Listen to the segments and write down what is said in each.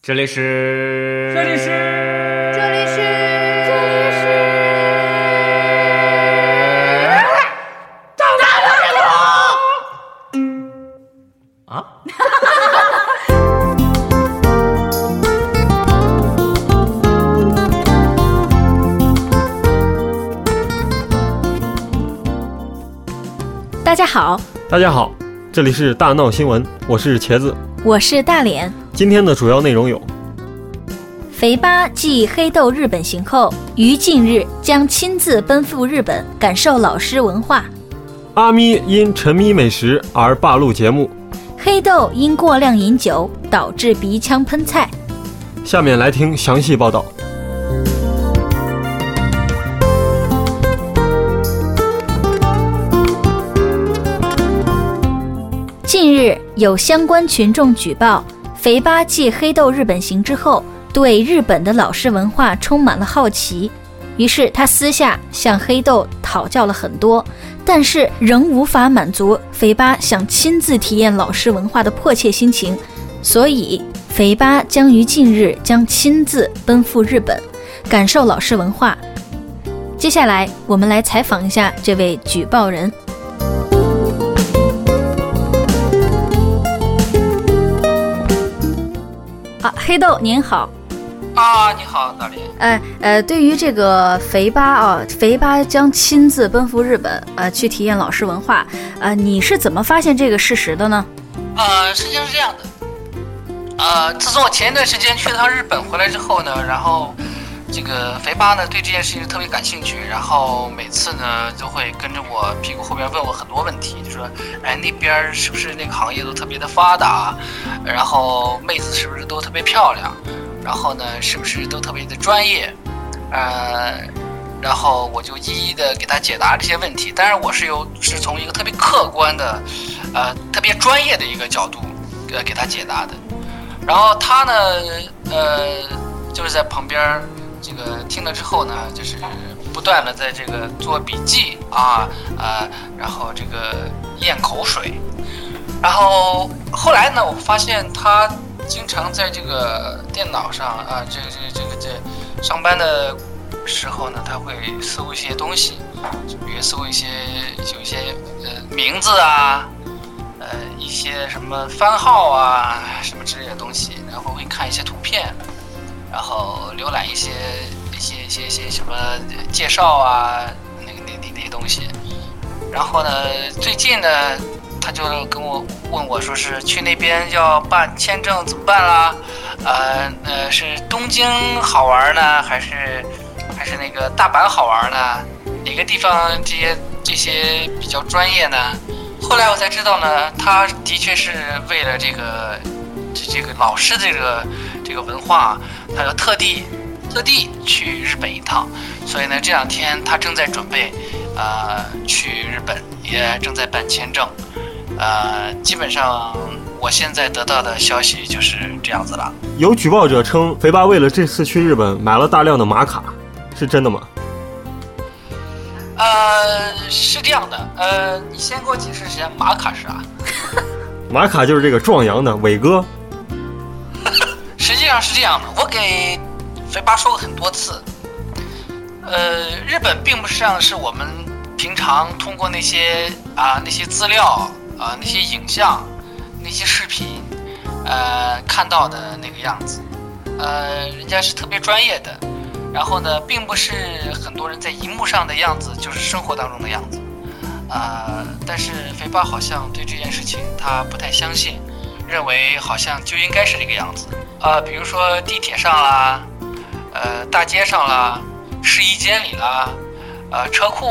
这里是啊！ 大家好， 这里是大闹新闻，我是茄子， 我是大脸。 今天的主要内容有： 肥八继黑豆日本行后，于近日将亲自奔赴日本，感受老师文化； 阿咪因沉迷美食而罢录节目； 黑豆因过量饮酒导致鼻腔喷菜。 下面来听详细报道。 近日有相关群众举报，肥八继黑豆日本行之后，对日本的老师文化充满了好奇，于是他私下向黑豆讨教了很多，但是仍无法满足肥八想亲自体验老师文化的迫切心情，所以肥八将于近日将亲自奔赴日本，感受老师文化。接下来我们来采访一下这位举报人。黑豆您好。 你好，大林。 对于这个肥八将亲自奔赴日本去体验老师文化，你是怎么发现这个事实的呢？ 实际上是这样的，自从我前一段时间去了趟日本回来之后呢，然后这个肥八呢对这件事情特别感兴趣，然后每次呢就会跟着我屁股后边问我很多问题，就说那边是不是那个行业都特别的发达，然后妹子是不是都特别漂亮，然后呢是不是都特别的专业，然后我就一一的给他解答这些问题。当然我是从一个特别客观的特别专业的一个角度给他解答的，然后他呢就是在旁边这个听了之后呢，就是不断的在这个做笔记然后这个咽口水，然后后来呢，我发现他经常在这个电脑上这上班的时候呢，他会搜一些东西，就比如搜有一些名字一些什么番号什么之类的东西，然后会看一些图片。然后浏览一些什么介绍那些东西，然后呢，最近呢，他就问我说是去那边要办签证怎么办啦？是东京好玩呢，还是那个大阪好玩呢？哪个地方这些比较专业呢？后来我才知道呢，他的确是为了这个老师这个文化，他要特地去日本一趟，所以呢这两天他正在准备去日本，也正在办签证，基本上我现在得到的消息就是这样子了。 有举报者称肥八为了这次去日本买了大量的玛卡，是真的吗？ 是这样的，你先给我解释一下玛卡是啥？ 玛卡就是这个壮阳的伟哥。 实际上是这样的，我给肥八说过很多次，日本并不像是我们平常通过那些资料那些影像、那些视频看到的那个样子，人家是特别专业的，然后呢，并不是很多人在荧幕上的样子就是生活当中的样子，但是肥八好像对这件事情他不太相信，认为好像就应该是这个样子。比如说地铁上啦，大街上啦，试衣间里啦，车库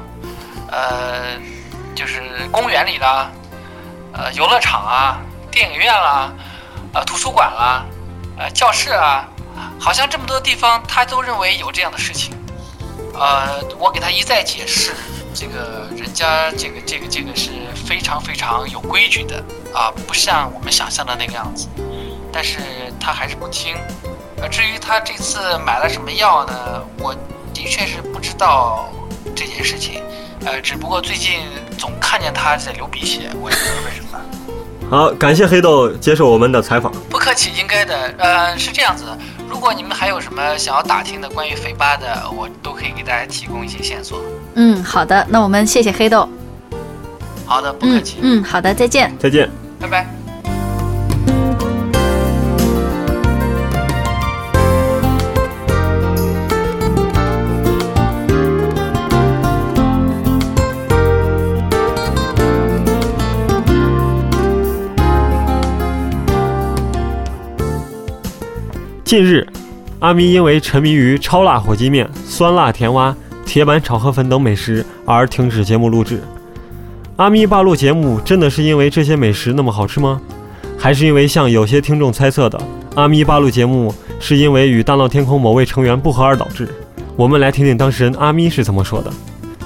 就是公园里啦，游乐场电影院啦，图书馆啦，教室好像这么多地方他都认为有这样的事情。我给他一再解释，这个人家这个是非常非常有规矩的不像我们想象的那个样子，但是他还是不听。至于他这次买了什么药呢，我的确是不知道这件事情，只不过最近总看见他在流鼻血，我也不知道为什么。 好，感谢黑豆接受我们的采访。 不客气，应该的。是这样子的，如果你们还有什么想要打听的关于肥八的，我都可以给大家提供一些线索。 好的，那我们谢谢黑豆。 好的，不客气。 好的，再见。 再见， 拜拜。 近日，阿咪因为沉迷于超辣火鸡面、酸辣甜蛙、铁板炒河粉等美食而停止节目录制。阿咪罢录节目真的是因为这些美食那么好吃吗？还是因为像有些听众猜测的，阿咪罢录节目是因为与大闹天空某位成员不和而导致？我们来听听当事人阿咪是怎么说的。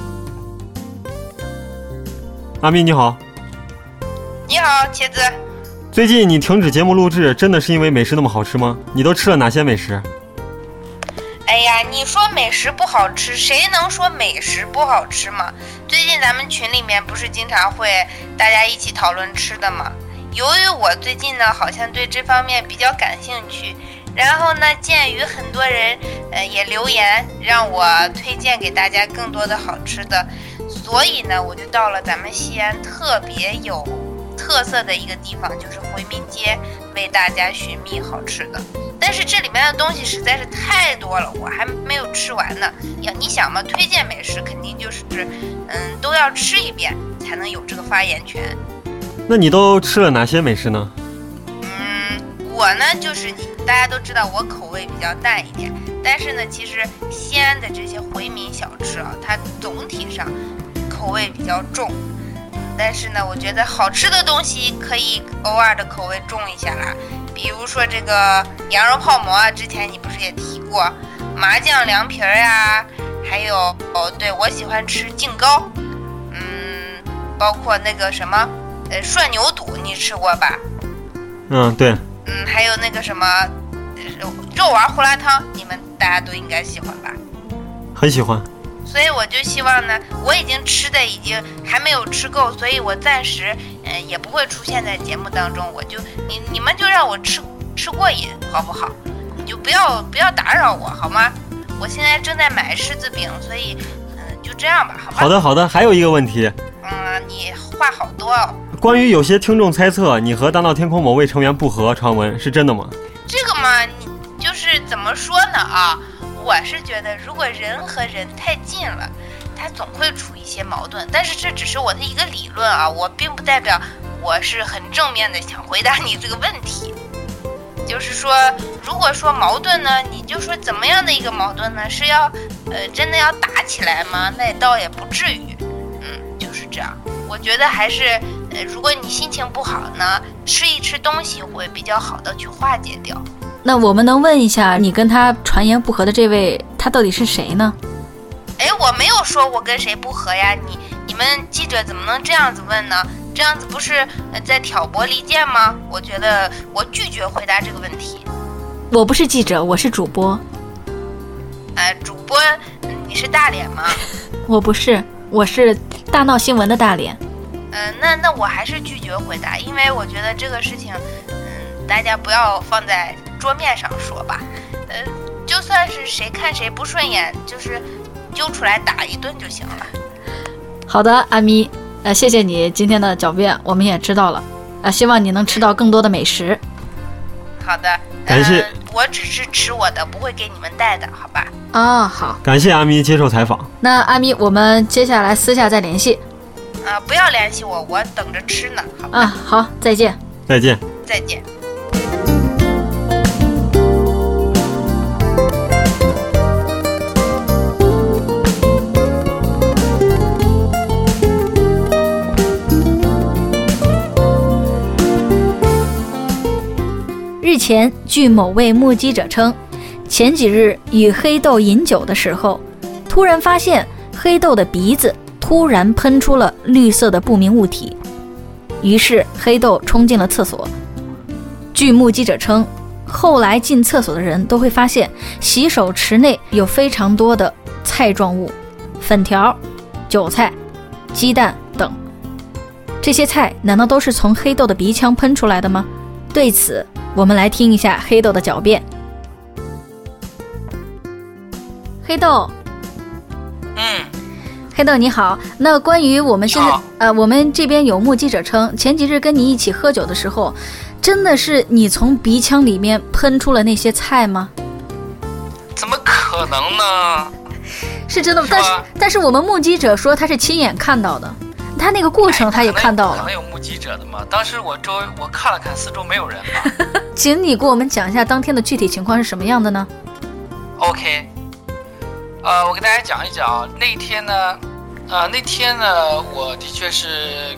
阿咪你好。 你好，茄子。 最近你停止节目录制，真的是因为美食那么好吃吗？你都吃了哪些美食？ 哎呀，你说美食不好吃，谁能说美食不好吃吗？最近咱们群里面不是经常会大家一起讨论吃的吗？由于我最近呢好像对这方面比较感兴趣，然后呢鉴于很多人也留言让我推荐给大家更多的好吃的，所以呢我就到了咱们西安特别有特色的一个地方，就是回民街，为大家寻觅好吃的。但是这里面的东西实在是太多了，我还没有吃完呢。你想嘛，推荐美食肯定就是都要吃一遍才能有这个发言权。 那你都吃了哪些美食呢？ 我呢就是大家都知道我口味比较淡一点，但是呢其实西安的这些回民小吃啊，它总体上口味比较重。但是呢我觉得好吃的东西可以偶尔的口味重一下啦，比如说这个羊肉泡馍啊，之前你不是也提过，麻酱凉皮啊，还有对，我喜欢吃净糕，包括那个什么涮牛肚，你吃过吧？ 对。 还有那个什么肉丸胡辣汤，你们大家都应该喜欢吧？ 很喜欢。 所以我就希望呢，我已经吃的已经还没有吃够，所以我暂时也不会出现在节目当中。我就你们就让我吃过瘾，好不好？你就不要打扰我好吗？我现在正在买狮子饼，所以就这样吧，好吧？ 好的，还有一个问题。 你话好多哦。 关于有些听众猜测你和大闹天空某位成员不和传闻，是真的吗？ 这个嘛，你就是怎么说呢啊？我是觉得，如果人和人太近了，他总会出一些矛盾。但是这只是我的一个理论啊，我并不代表我是很正面的想回答你这个问题。就是说，如果说矛盾呢，你就说怎么样的一个矛盾呢？是要真的要打起来吗？那倒也不至于。就是这样。我觉得还是如果你心情不好呢，吃一吃东西会比较好的去化解掉。 那我们能问一下，你跟他传言不合的这位，他到底是谁呢？ 我没有说我跟谁不合呀，你们记者怎么能这样子问呢？这样子不是在挑拨离间吗？我觉得我拒绝回答这个问题。 我不是记者，我是主播。 主播，你是大脸吗？ 我不是，我是大闹新闻的大脸。 那我还是拒绝回答，因为我觉得这个事情，大家不要放在桌面上说吧。就算是谁看谁不顺眼，就是揪出来打一顿就行了。 好的，阿咪，谢谢你今天的狡辩，我们也知道了。希望你能吃到更多的美食。 好的， 感谢。 我只是吃我的，不会给你们带的，好吧？ 好。 感谢阿咪接受采访。 那阿咪，我们接下来私下再联系。 不要联系我，我等着吃呢，好吧？ 好，再见。 再见。 再见。 日前，据某位目击者称，前几日与黑豆饮酒的时候，突然发现黑豆的鼻子突然喷出了绿色的不明物体，于是黑豆冲进了厕所。据目击者称，后来进厕所的人都会发现洗手池内有非常多的菜状物，粉条、韭菜、鸡蛋等。 这些菜难道都是从黑豆的鼻腔喷出来的吗？对此，我们来听一下黑豆的狡辩。黑豆，黑豆你好，那关于我们现在我们这边有目击者称，前几日跟你一起喝酒的时候，真的是你从鼻腔里面喷出了那些菜吗？ 怎么可能呢？ 是真的，但是我们目击者说他是亲眼看到的，他那个过程他也看到了。 可能有目击者的嘛？当时我看了看四周没有人嘛。 请你给我们讲一下当天的具体情况是什么样的呢 ？OK， 我给大家讲一讲那天呢，我的确是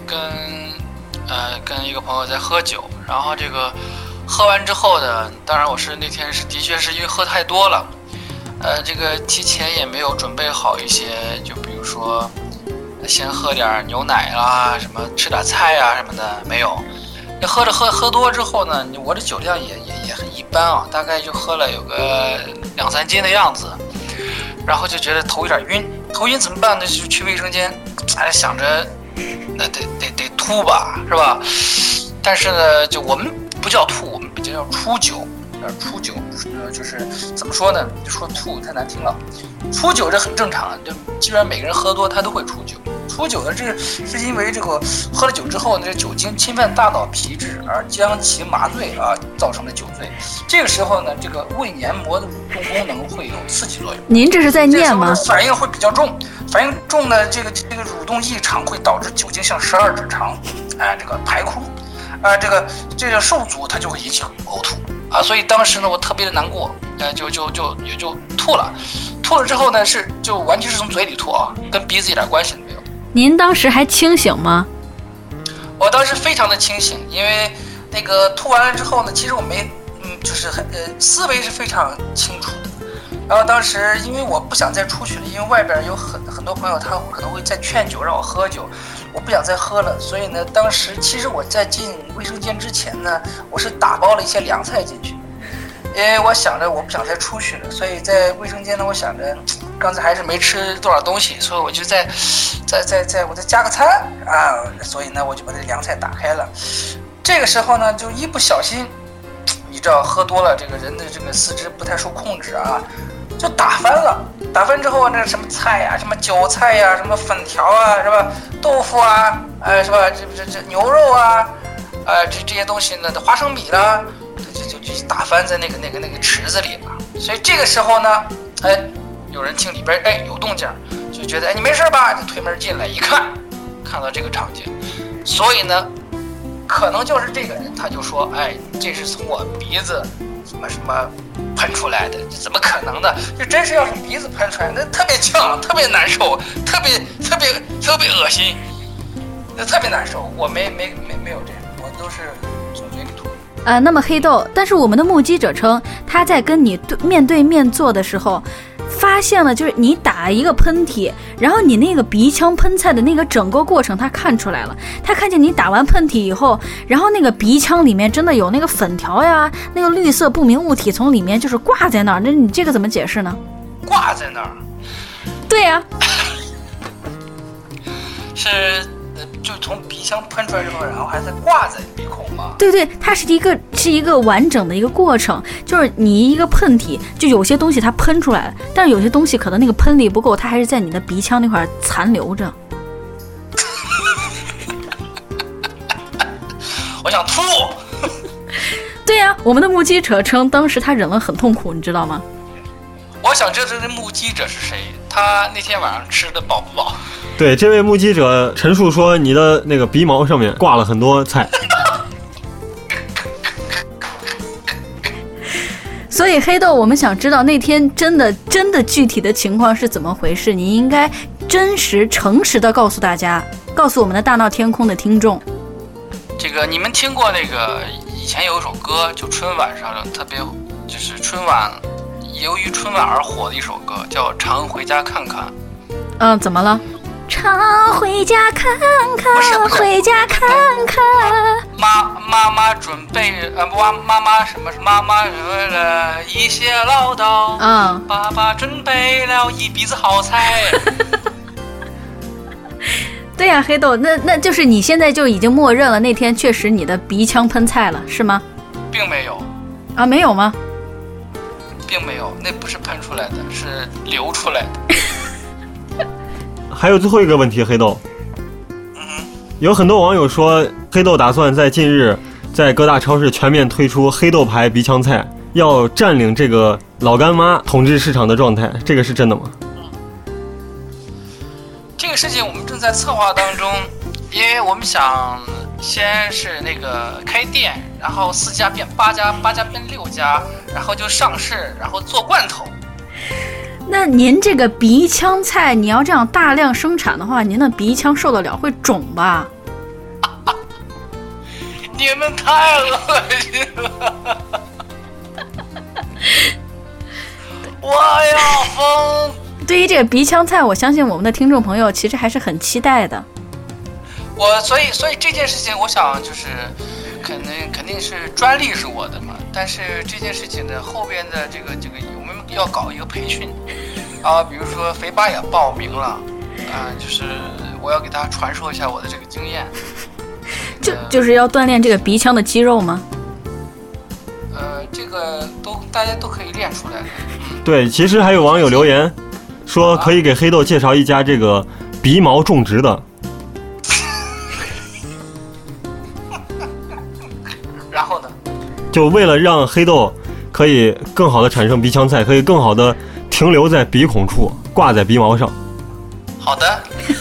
跟一个朋友在喝酒，然后这个喝完之后呢，当然我是那天是的确是因为喝太多了，这个提前也没有准备好一些，就比如说先喝点牛奶啦，什么吃点菜啊什么的没有。你喝多之后呢，我的酒量也很一般啊，大概就喝了有个2-3斤的样子，然后就觉得头有点晕，头晕怎么办呢？就去卫生间，想着那得吐吧，是吧？但是呢，就我们不叫吐，我们比较叫出酒。出酒就是怎么说呢？就说吐太难听了，出酒这很正常，就基本上每个人喝多他都会出酒。出酒呢，这是因为这个喝了酒之后呢，这酒精侵犯大脑皮质而将其麻醉啊，造成的酒醉。这个时候呢，这个胃黏膜的蠕动功能会有刺激作用。 您这是在念吗？ 反应会比较重，反应重呢，这个蠕动异常会导致酒精向12指肠这个排空。这个受阻，它就会引起呕吐啊，所以当时呢，我特别的难过，也就吐了，吐了之后呢，就完全是从嘴里吐啊，跟鼻子一点关系都没有。 您当时还清醒吗？ 我当时非常的清醒，因为那个吐完了之后呢，其实我没，就是思维是非常清楚的。然后当时因为我不想再出去了，因为外边有很多朋友他可能会再劝酒让我喝酒。我不想再喝了，所以呢，当时其实我在进卫生间之前呢，我是打包了一些凉菜进去，因为我想着我不想再出去了，所以在卫生间呢，我想着刚才还是没吃多少东西，所以我就再加个餐啊，所以呢，我就把这凉菜打开了。这个时候呢，就一不小心，你知道喝多了，这个人的这个四肢不太受控制啊。就打翻了，打翻之后那什么菜呀，什么韭菜呀，什么粉条啊，是吧？豆腐啊，是吧？这牛肉啊，这些东西呢，花生米啦，就打翻在那个池子里了。所以这个时候呢，有人听里边有动静，就觉得你没事吧？就推门进来一看到这个场景，所以呢，可能就是这个人他就说，这是从我鼻子什么喷出来的，这怎么可能的？就真是要是鼻子喷出来，那特别呛，特别难受，特别恶心，那特别难受。我没有这样，我都是从嘴里吐。 那么黑豆，但是我们的目击者称，他在跟你面对面坐的时候，发现了就是你打一个喷嚏，然后你那个鼻腔喷菜的那个整个过程他看出来了，他看见你打完喷嚏以后，然后那个鼻腔里面真的有那个粉条呀，那个绿色不明物体从里面就是挂在那儿，那你这个怎么解释呢？ 挂在那儿？ 对呀， 是就从鼻腔喷出来之后，然后还在挂在鼻孔吗？ 对，它是一个完整的一个过程，就是你一个喷嚏，就有些东西它喷出来了，但是有些东西可能那个喷力不够，它还是在你的鼻腔那块残留着。 我想吐。 对呀，我们的目击者称，当时他忍了很痛苦，你知道吗？ 我想知道这目击者是谁，他那天晚上吃的饱不饱？ 对，这位目击者陈述说，你的那个鼻毛上面挂了很多菜。 所以黑豆，我们想知道那天真的具体的情况是怎么回事，你应该真实诚实的告诉大家，告诉我们的大闹天空的听众。 这个你们听过那个以前有一首歌，就春晚上特别，就是春晚由于春晚而火的一首歌，叫《常回家看看》。 怎么了？常回家看看， 不是回家看看。 妈妈准备妈妈惹了一些唠叨。爸爸准备了一鼻子好菜。 对呀，黑豆，那就是你现在就已经默认了那天确实你的鼻腔喷菜了，是吗？ 并没有啊，没有吗？ 并没有，那不是喷出来的，是流出来的。 还有最后一个问题，黑豆，有很多网友说黑豆打算在近日在各大超市全面推出黑豆牌鼻腔菜，要占领这个老干妈统治市场的状态，这个是真的吗？ 这个事情我们正在策划当中，因为我们想先是那个开店，然后4家变8家，8家变6家，然后就上市，然后做罐头。 那您这个鼻腔菜，你要这样大量生产的话，您的鼻腔受得了会肿吧？ 你们太恶心了！我要疯！ 对于这个鼻腔菜，我相信我们的听众朋友其实还是很期待的。 所以这件事情，我想就是肯定是专利是我的嘛，但是这件事情的后边的这个我们要搞一个培训啊，比如说肥八也报名了啊，就是我要给他传授一下我的这个经验。 就是要锻炼这个鼻腔的肌肉吗？ 这个大家都可以练出来的。 对，其实还有网友留言说可以给黑豆介绍一家这个鼻毛种植的。 然后呢？ 就为了让黑豆可以更好的产生鼻腔菜，可以更好的停留在鼻孔处，挂在鼻毛上。 好的。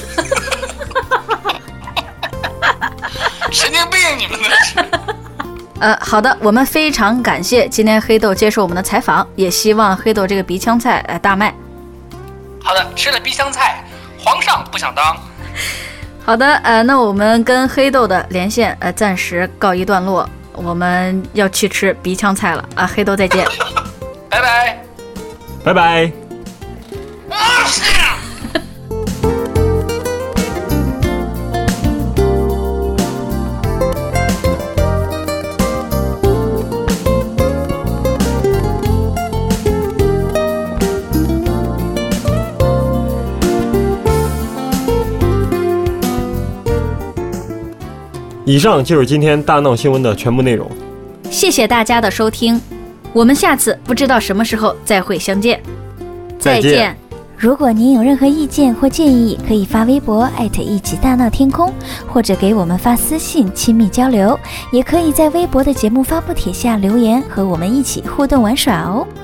神经病，你们那是。 好的，我们非常感谢今天黑豆接受我们的采访，也希望黑豆这个鼻腔菜大卖。 好的，吃了鼻腔菜，皇上不想当。 好的，那我们跟黑豆的连线暂时告一段落，我们要去吃鼻腔菜了啊！黑豆再见， 拜拜， 拜拜。以上就是今天大闹新闻的全部内容， 谢谢大家的收听，我们下次不知道什么时候再会相见， 再见。 如果您有任何意见或建议，可以发微博一起大闹天空，或者给我们发私信亲密交流，也可以在微博的节目发布帖下留言，和我们一起互动玩耍哦。